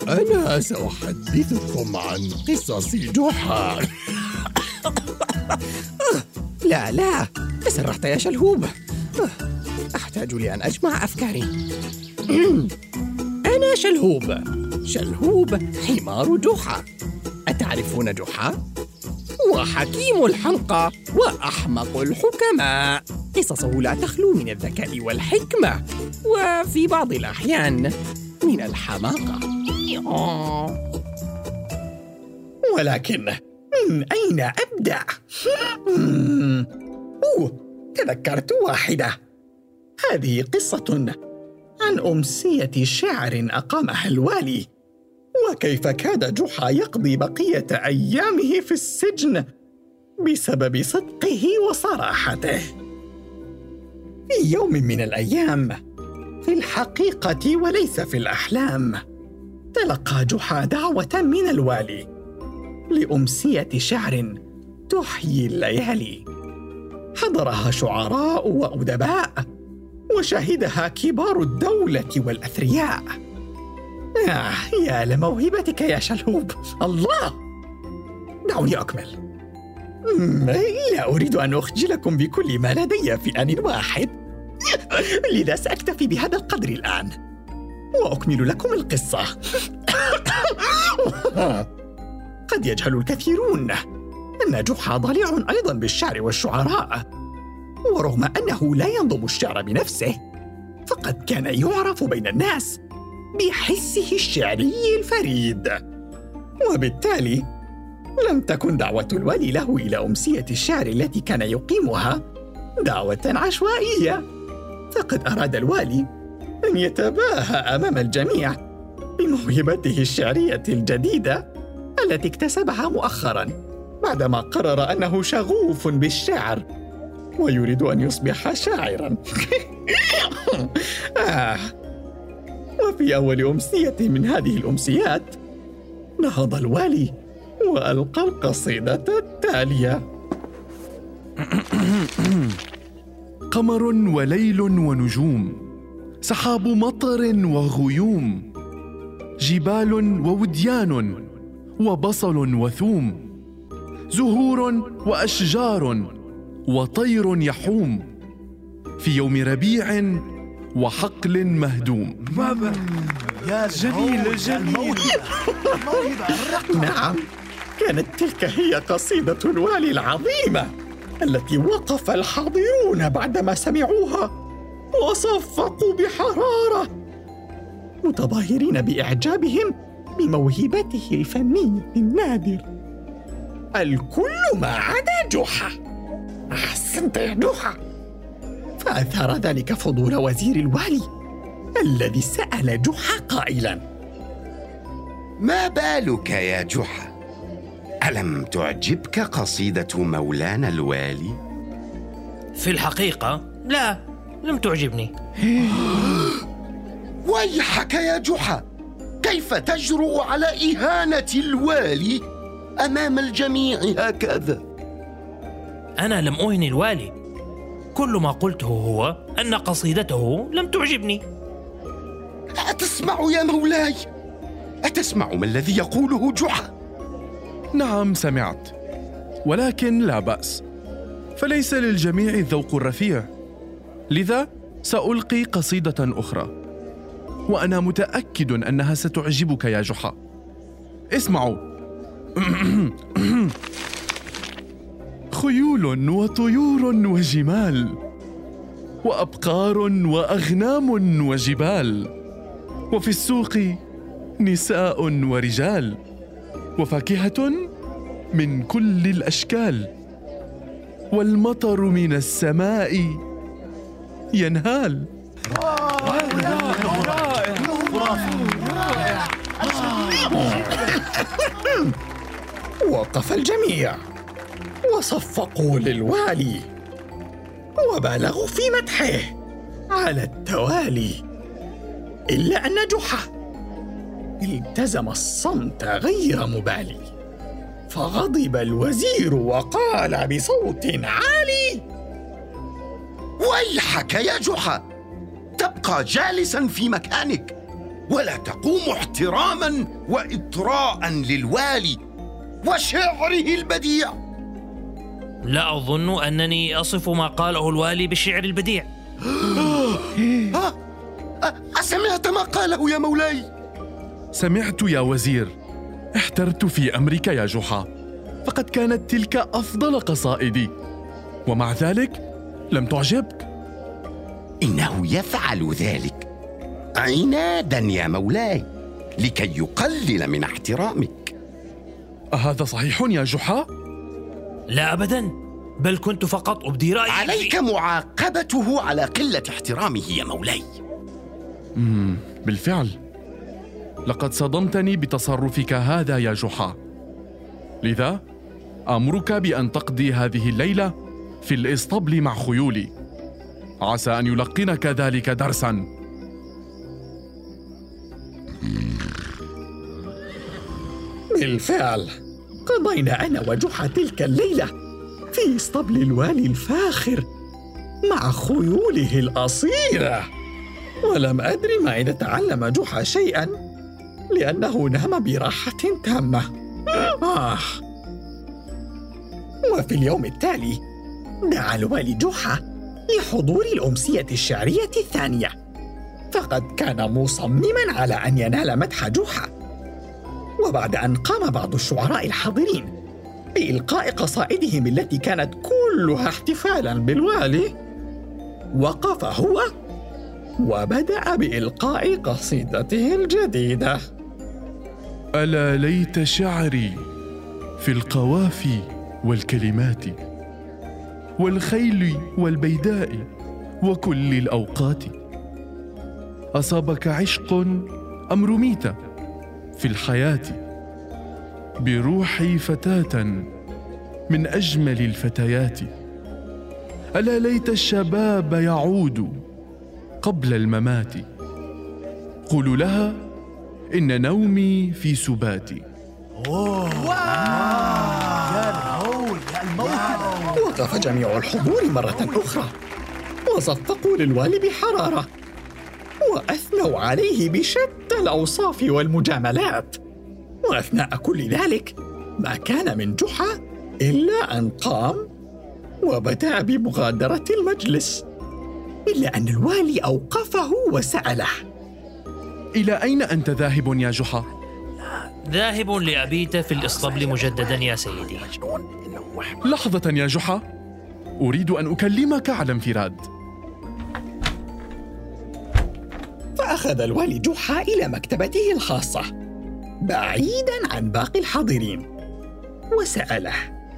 أنا سأحدثكم عن قصص جحا. لا تسرحت يا شلهوب. أحتاج لأن أجمع أفكاري. أنا شلهوب حمار جحا. أتعرفون جحا؟ وحكيم الحلقة وأحمق الحكماء. قصصه لا تخلو من الذكاء والحكمة، وفي بعض الأحيان من الحماقة. ولكن من أين أبدأ؟ تذكرت واحدة. هذه قصة عن أمسية شعر أقامها الوالي، وكيف كاد جحا يقضي بقية أيامه في السجن بسبب صدقه وصراحته. في يوم من الأيام، في الحقيقة وليس في الأحلام، تلقى جحا دعوة من الوالي لأمسية شعر تحيي الليالي. حضرها شعراء وأدباء، وشهدها كبار الدولة والأثرياء. يا لموهبتك يا شلهوب، الله! دعوني أكمل. لا أريد أن أخجلكم بكل ما لدي في آن واحد، لذا سأكتفي بهذا القدر الآن وأكمل لكم القصة. قد يجهل الكثيرون أن جحا ضليع أيضا بالشعر والشعراء، ورغم أنه لا ينظم الشعر بنفسه، فقد كان يعرف بين الناس بحسه الشعري الفريد. وبالتالي لم تكن دعوة الوالي له إلى أمسية الشعر التي كان يقيمها دعوة عشوائية، فقد أراد الوالي أن يتباهى أمام الجميع بموهبته الشعرية الجديدة التي اكتسبها مؤخراً بعدما قرر أنه شغوف بالشعر ويريد أن يصبح شاعراً. وفي أول أمسية من هذه الأمسيات، نهض الوالي وألقى القصيدة التالية: قمر وليل ونجوم، سحاب مطر وغيوم، جبال ووديان وبصل وثوم، زهور وأشجار وطير يحوم، في يوم ربيع وحقل مهدوم. يا جميل. نعم، كانت تلك هي قصيدة الوالي العظيمة التي وقف الحاضرون بعدما سمعوها وصفقوا بحرارة، متظاهرين بإعجابهم بموهبته الفنية النادر. الكل ما عدا جحا. أحسنت يا جحا. فأثار ذلك فضول وزير الوالي الذي سأل جحا قائلاً: ما بالك يا جحا؟ ألم تعجبك قصيدة مولانا الوالي؟ في الحقيقة لا، لم تعجبني. ويحك يا جحا، كيف تجرؤ على إهانة الوالي أمام الجميع هكذا؟ أنا لم أهن الوالي، كل ما قلته هو أن قصيدته لم تعجبني. أتسمع يا مولاي؟ أتسمع ما الذي يقوله جحا؟ نعم سمعت، ولكن لا بأس، فليس للجميع الذوق الرفيع، لذا سألقي قصيدة أخرى، وأنا متأكد أنها ستعجبك يا جحا. اسمعوا. خيول وطيور وجمال، وأبقار وأغنام وجبال، وفي السوق نساء ورجال، وفاكهة من كل الأشكال، والمطر من السماء ينهال. وقف الجميع وصفقوا للوالي وبالغوا في مدحه على التوالي، إلا أن جحا التزم الصمت غير مبالي. فغضب الوزير وقال بصوت عالي: ويحك يا جحا، تبقى جالسا في مكانك، ولا تقوم احتراما وإطراء للوالي وشعره البديع. لا أظن أنني أصف ما قاله الوالي بالشعر البديع. أسمعت ما قاله يا مولاي؟ سمعت يا وزير. احترت في أمرك يا جحا، فقد كانت تلك أفضل قصائدي، ومع ذلك لم تعجبك. إنه يفعل ذلك عنادا يا مولاي لكي يقلل من احترامك. أهذا صحيح يا جحا؟ لا أبدا، بل كنت فقط أبدي رأيي. عليك معاقبته على قلة احترامه يا مولاي. بالفعل لقد صدمتني بتصرفك هذا يا جحا، لذا أمرك بأن تقضي هذه الليلة في الإسطبل مع خيولي، عسى أن يلقنك ذلك درساً. بالفعل قضينا أنا وجحا تلك الليلة في اسطبل الوالي الفاخر مع خيوله الأصيلة، ولم أدري ما إذا تعلم جحا شيئاً لأنه نام براحة تامة. وفي اليوم التالي دعا الوالي جحا لحضور الأمسية الشعرية الثانية، فقد كان مصمماً على أن ينال مدح جحا. وبعد أن قام بعض الشعراء الحاضرين بإلقاء قصائدهم التي كانت كلها احتفالاً بالوالي، وقف هو وبدأ بإلقاء قصيدته الجديدة. ألا ليت شعري في القوافي والكلمات والخيل والبيداء وكل الأوقات، أصابك عشق أم رميت في الحياة بروحي فتاة من أجمل الفتيات. ألا ليت الشباب يعود قبل الممات، قولوا لها إن نومي في سباتي. وقف جميع الحضور مرة أخرى وصفقوا للوالي بحرارة وأثنوا عليه بشتى الأوصاف والمجاملات. وأثناء كل ذلك ما كان من جحا إلا أن قام وبدأ بمغادرة المجلس، إلا أن الوالي أوقفه وسأله: إلى أين أنت ذاهب يا جحا؟ ذاهب لأبيت في الإسطبل مجددا يا سيدي. لحظة يا جحا، أريد أن أكلمك على انفراد. فأخذ الوالي جحا إلى مكتبته الخاصة بعيداً عن باقي الحاضرين وسأله: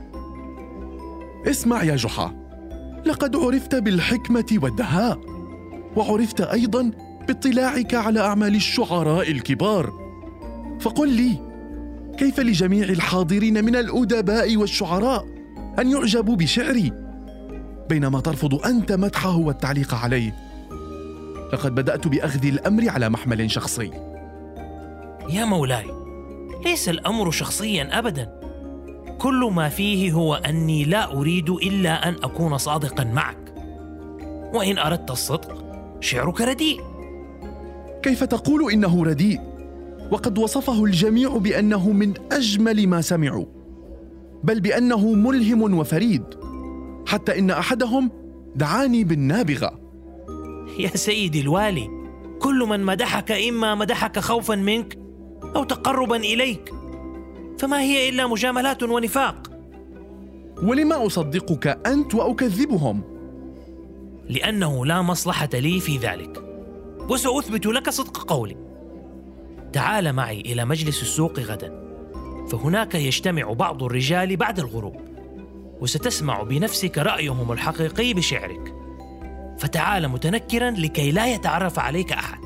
اسمع يا جحا، لقد عرفت بالحكمة والدهاء، وعرفت أيضاً باطلاعك على أعمال الشعراء الكبار، فقل لي كيف لجميع الحاضرين من الأدباء والشعراء أن يعجبوا بشعري بينما ترفض أنت مدحه والتعليق عليه؟ لقد بدأت بأخذ الأمر على محمل شخصي. يا مولاي، ليس الأمر شخصياً أبداً، كل ما فيه هو أني لا أريد إلا أن أكون صادقاً معك، وإن أردت الصدق شعرك رديء. كيف تقول إنه رديء وقد وصفه الجميع بأنه من أجمل ما سمعوا، بل بأنه ملهم وفريد، حتى إن أحدهم دعاني بالنابغة. يا سيدي الوالي، كل من مدحك إما مدحك خوفاً منك أو تقرباً إليك، فما هي إلا مجاملات ونفاق. ولما أصدقك أنت وأكذبهم؟ لأنه لا مصلحة لي في ذلك، وسأثبت لك صدق قولي. تعال معي إلى مجلس السوق غداً، فهناك يجتمع بعض الرجال بعد الغروب، وستسمع بنفسك رأيهم الحقيقي بشعرك، فتعال متنكراً لكي لا يتعرف عليك أحد.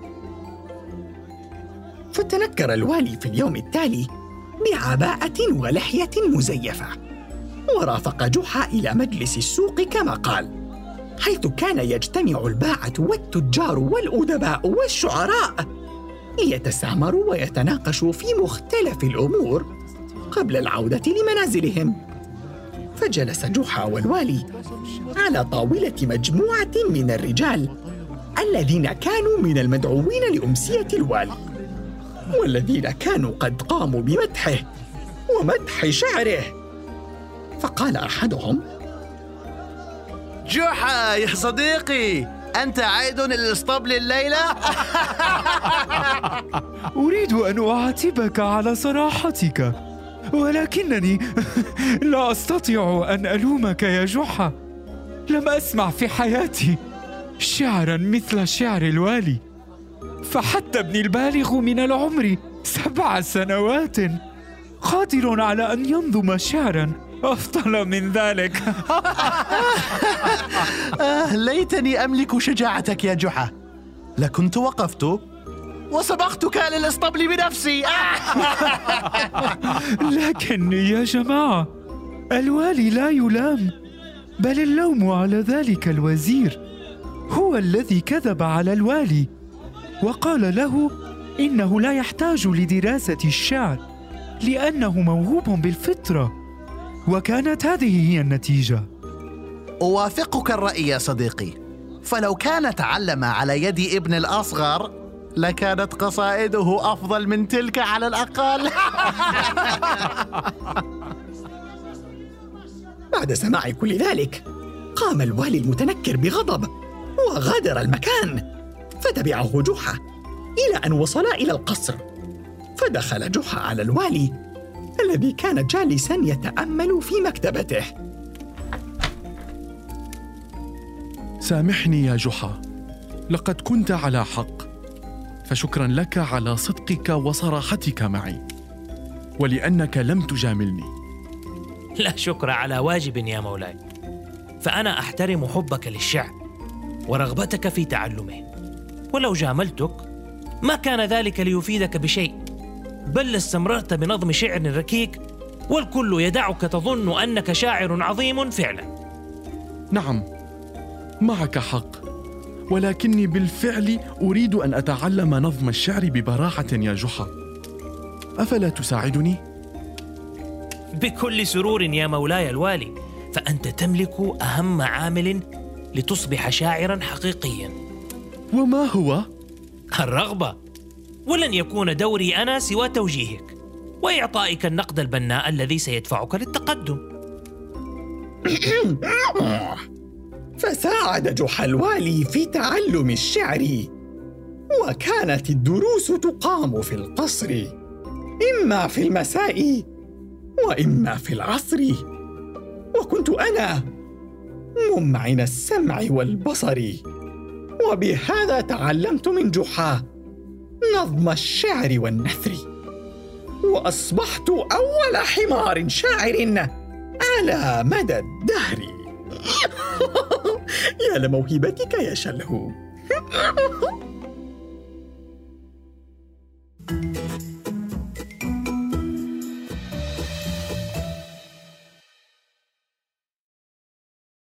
فتنكر الوالي في اليوم التالي بعباءة ولحية مزيفة، ورافق جحا إلى مجلس السوق كما قال، حيث كان يجتمع الباعة والتجار والأدباء والشعراء ليتسامروا ويتناقشوا في مختلف الأمور قبل العودة لمنازلهم. فجلس جحا والوالي على طاولة مجموعة من الرجال الذين كانوا من المدعوين لأمسية الوالي، والذين كانوا قد قاموا بمدحه ومدح شعره. فقال أحدهم: جحا يا صديقي، أنت عائد إلى الإسطبل الليلة؟ أريد أن أعاتبك على صراحتك، ولكنني لا أستطيع أن ألومك يا جحا. لم أسمع في حياتي شعراً مثل شعر الوالي، فحتى ابني البالغ من العمر 7 سنوات قادر على أن ينظم شعراً أفضل من ذلك. ليتني أملك شجاعتك يا جحا، لكنت وقفت وسبقتك للإسطبل بنفسي. لكن يا جماعة، الوالي لا يلام، بل اللوم على ذلك الوزير. هو الذي كذب على الوالي وقال له إنه لا يحتاج لدراسة الشعر لأنه موهوب بالفطرة، وكانت هذه هي النتيجة. أوافقك الرأي يا صديقي، فلو كان تعلم على يد ابن الأصغر لكانت قصائده أفضل من تلك على الأقل. بعد سماع كل ذلك قام الوالي المتنكر بغضب وغادر المكان، فتبعه جحا إلى أن وصلا إلى القصر. فدخل جحا على الوالي الذي كان جالسا يتأمل في مكتبته. سامحني يا جحا، لقد كنت على حق، فشكرا لك على صدقك وصراحتك معي، ولأنك لم تجاملني. لا شكر على واجب يا مولاي، فأنا أحترم حبك للشعر ورغبتك في تعلمه، ولو جاملتك ما كان ذلك ليفيدك بشيء، بل لاستمررت بنظم شعر ركيك والكل يدعك تظن أنك شاعر عظيم فعلا. نعم، معك حق، ولكني بالفعل أريد أن أتعلم نظم الشعر ببراعة يا جحا، أفلا تساعدني؟ بكل سرور يا مولاي الوالي، فأنت تملك أهم عامل لتصبح شاعرا حقيقيا. وما هو؟ الرغبة، ولن يكون دوري أنا سوى توجيهك وإعطائك النقد البناء الذي سيدفعك للتقدم. فساعد جحا الوالي في تعلم الشعر، وكانت الدروس تقام في القصر، إما في المساء وإما في العصر، وكنت أنا ممعن السمع والبصر، وبهذا تعلمت من جحا نظم الشعر والنثر، وأصبحت أول حمار شاعر على مدى الدهر. يا لموهبتك يا شلهوب.